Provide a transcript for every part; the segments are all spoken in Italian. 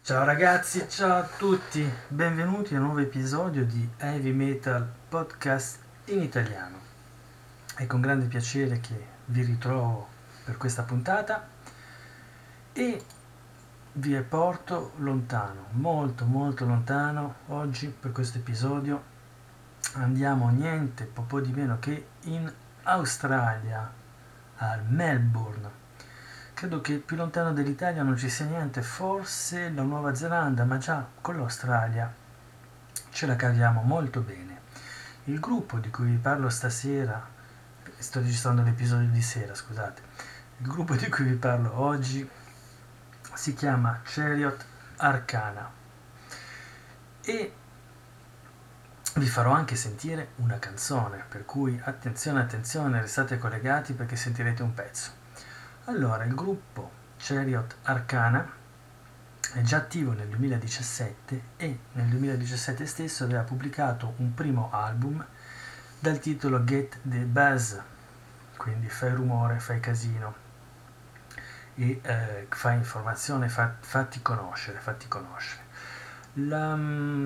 Ciao ragazzi, ciao a tutti, benvenuti a un nuovo episodio di Heavy Metal Podcast in italiano. È con grande piacere che vi ritrovo per questa puntata e vi porto lontano, molto molto lontano. Oggi per questo episodio andiamo niente po' di meno che in Australia, a Melbourne. Credo che più lontano dell'Italia non ci sia niente, forse la Nuova Zelanda, ma già con l'Australia ce la caviamo molto bene. Il gruppo di cui vi parlo stasera, sto registrando l'episodio di sera, scusate, il gruppo di cui vi parlo oggi si chiama Chariot Arcana e vi farò anche sentire una canzone, per cui attenzione, attenzione, restate collegati perché sentirete un pezzo. Allora, il gruppo Chariot Arcana è già attivo nel 2017 e nel 2017 stesso aveva pubblicato un primo album dal titolo Get the Buzz, quindi fai rumore, fai casino e fai informazione, fatti conoscere, fatti conoscere. La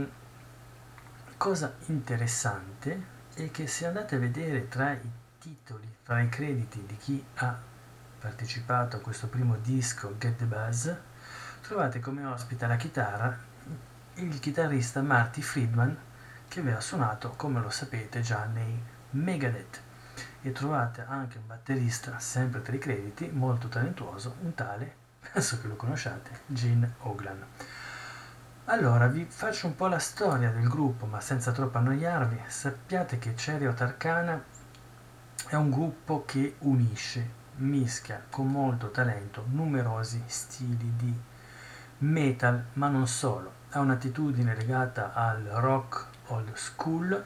cosa interessante è che se andate a vedere tra i titoli, tra i crediti di chi ha partecipato a questo primo disco Get the Buzz, trovate come ospite alla chitarra il chitarrista Marty Friedman, che aveva suonato, come lo sapete, già nei Megadeth, e trovate anche un batterista, sempre tra i crediti, molto talentuoso, un tale, penso che lo conosciate, Gene Oglan. Allora, vi faccio un po' la storia del gruppo, ma senza troppo annoiarvi. Sappiate che Chariot Arcana è un gruppo che unisce, mischia con molto talento numerosi stili di metal, ma non solo. Ha un'attitudine legata al rock old school,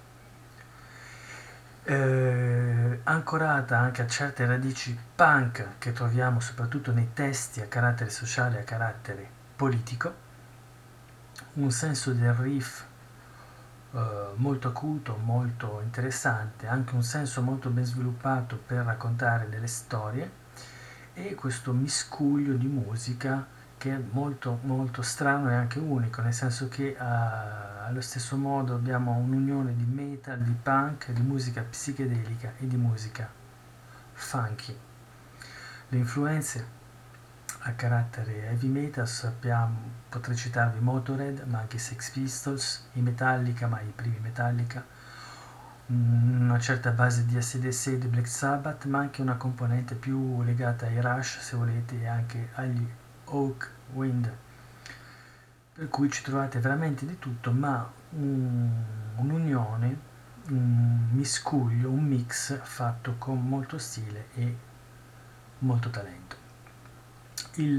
ancorata anche a certe radici punk che troviamo soprattutto nei testi a carattere sociale e a carattere politico, un senso del riff molto acuto, molto interessante, anche un senso molto ben sviluppato per raccontare delle storie e questo miscuglio di musica che è molto molto strano e anche unico, nel senso che allo stesso modo abbiamo un'unione di metal, di punk, di musica psichedelica e di musica funky. Le influenze a carattere heavy metal sappiamo, potrei citarvi Motorhead, ma anche i Sex Pistols, i Metallica, ma i primi Metallica, una certa base di AC/DC e di Black Sabbath, ma anche una componente più legata ai Rush, se volete, e anche agli Oak Wind. Per cui ci trovate veramente di tutto, ma un'unione, un miscuglio, un mix fatto con molto stile e molto talento. Il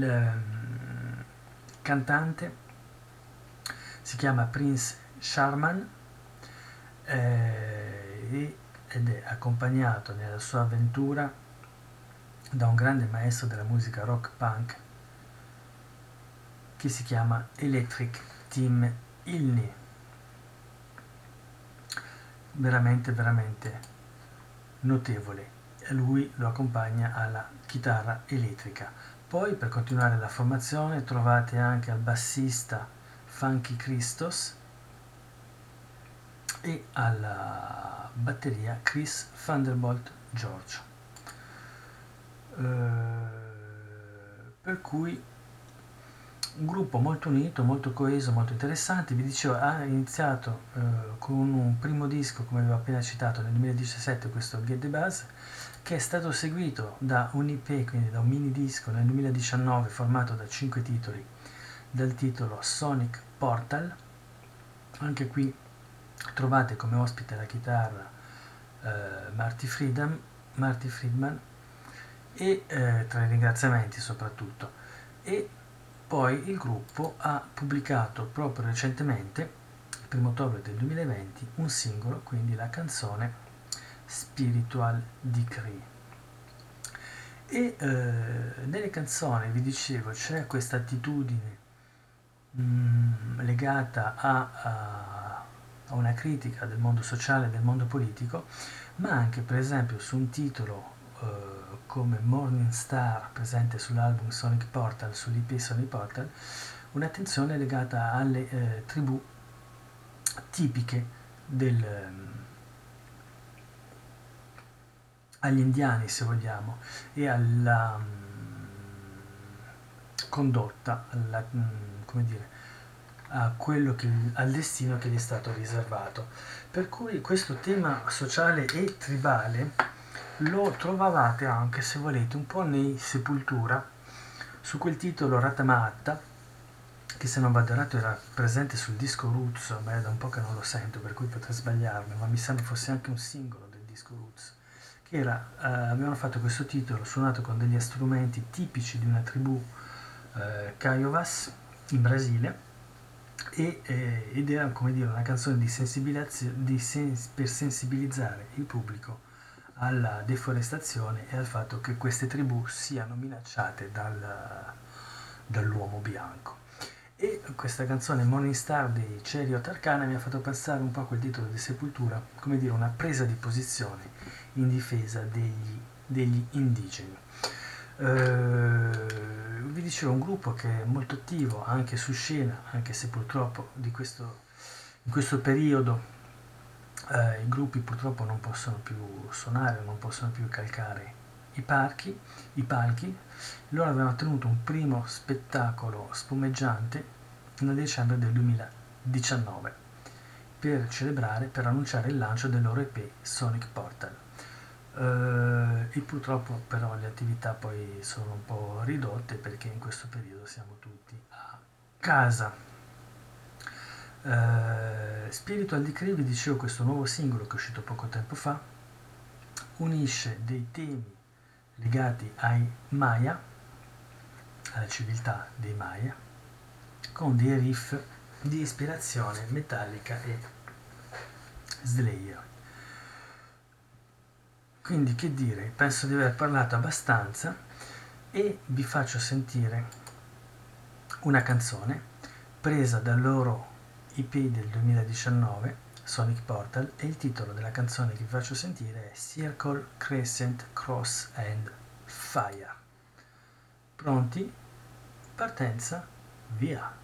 cantante si chiama Prince Sharman ed è accompagnato nella sua avventura da un grande maestro della musica rock punk che si chiama Electric Tim Ilney, veramente veramente notevole. Lui lo accompagna alla chitarra elettrica. Poi per continuare la formazione trovate anche al bassista Funky Christos e alla batteria Chris Thunderbolt George. Per cui un gruppo molto unito, molto coeso, molto interessante. Vi dicevo, ha iniziato con un primo disco, come vi ho appena citato, nel 2017, questo Get the Buzz, che è stato seguito da un EP, quindi da un mini disco nel 2019 formato da 5 titoli, dal titolo Sonic Portal. Anche qui trovate come ospite alla chitarra Marty Friedman e tra i ringraziamenti soprattutto. E poi il gruppo ha pubblicato proprio recentemente, il 1 ottobre del 2020, un singolo, quindi la canzone Spiritual Decree. E nelle canzoni, vi dicevo, c'è questa attitudine legata a una critica del mondo sociale, del mondo politico, ma anche per esempio su un titolo come Morning Star presente sull'album Sonic Portal, sull'IP Sonic Portal, un'attenzione legata alle tribù tipiche agli indiani, se vogliamo, e alla condotta, come dire, al destino che gli è stato riservato. Per cui questo tema sociale e tribale lo trovavate anche, se volete, un po' nei Sepultura, su quel titolo Ratamatta, che se non vado errato era presente sul disco Roots, ma è da un po' che non lo sento, per cui potrei sbagliarmi, ma mi sembra fosse anche un singolo del disco Roots, che era, avevano fatto questo titolo suonato con degli strumenti tipici di una tribù Kaiowas in Brasile, ed era, come dire, una canzone per sensibilizzare il pubblico alla deforestazione e al fatto che queste tribù siano minacciate dall'uomo bianco. E questa canzone Morning Star dei Chariot Arcana mi ha fatto passare un po' a quel titolo di Sepultura, come dire, una presa di posizione in difesa degli indigeni. Vi dicevo, un gruppo che è molto attivo anche su scena, anche se purtroppo in questo periodo i gruppi purtroppo non possono più suonare, non possono più calcare i palchi. Loro avevano tenuto un primo spettacolo spumeggiante nel dicembre del 2019 per annunciare il lancio del loro EP Sonic Portal. E purtroppo però le attività poi sono un po' ridotte perché in questo periodo siamo tutti a casa. Spiritual Decree, vi dicevo, questo nuovo singolo che è uscito poco tempo fa, unisce dei temi legati ai Maya, alla civiltà dei Maya, con dei riff di ispirazione metallica e Slayer. Quindi, che dire, penso di aver parlato abbastanza e vi faccio sentire una canzone presa dal loro EP del 2019, Sonic Portal, e il titolo della canzone che vi faccio sentire è Circle, Crescent, Cross and Fire. Pronti? Partenza, via!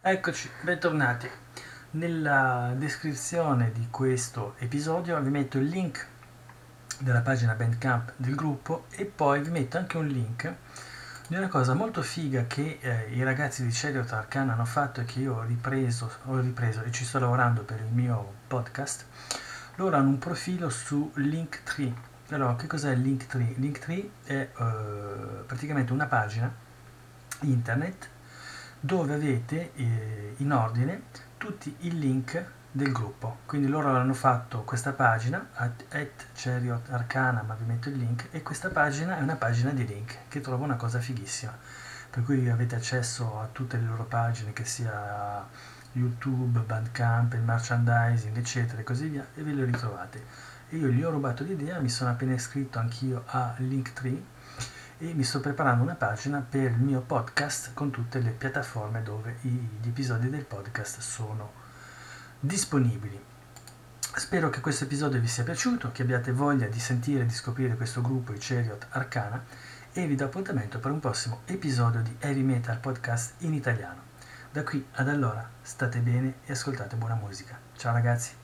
Eccoci, bentornati. Nella descrizione di questo episodio vi metto il link della pagina Bandcamp del gruppo e poi vi metto anche un link di una cosa molto figa che i ragazzi di Chariot Arcana hanno fatto e che io ho ripreso e ci sto lavorando per il mio podcast. Loro hanno un profilo su Linktree. Allora, che cos'è Linktree? Linktree è praticamente una pagina internet dove avete in ordine tutti i link del gruppo. Quindi loro hanno fatto questa pagina at Chariot Arcana, ma vi metto il link, e questa pagina è una pagina di link che trovo una cosa fighissima, per cui avete accesso a tutte le loro pagine, che sia YouTube, Bandcamp, il merchandising, eccetera e così via, e ve le ritrovate. E io gli ho rubato l'idea, mi sono appena iscritto anch'io a Linktree e mi sto preparando una pagina per il mio podcast con tutte le piattaforme dove gli episodi del podcast sono disponibili. Spero che questo episodio vi sia piaciuto, che abbiate voglia di sentire e di scoprire questo gruppo, i Chariot Arcana, e vi do appuntamento per un prossimo episodio di Heavy Metal Podcast in italiano. Da qui ad allora state bene e ascoltate buona musica. Ciao ragazzi!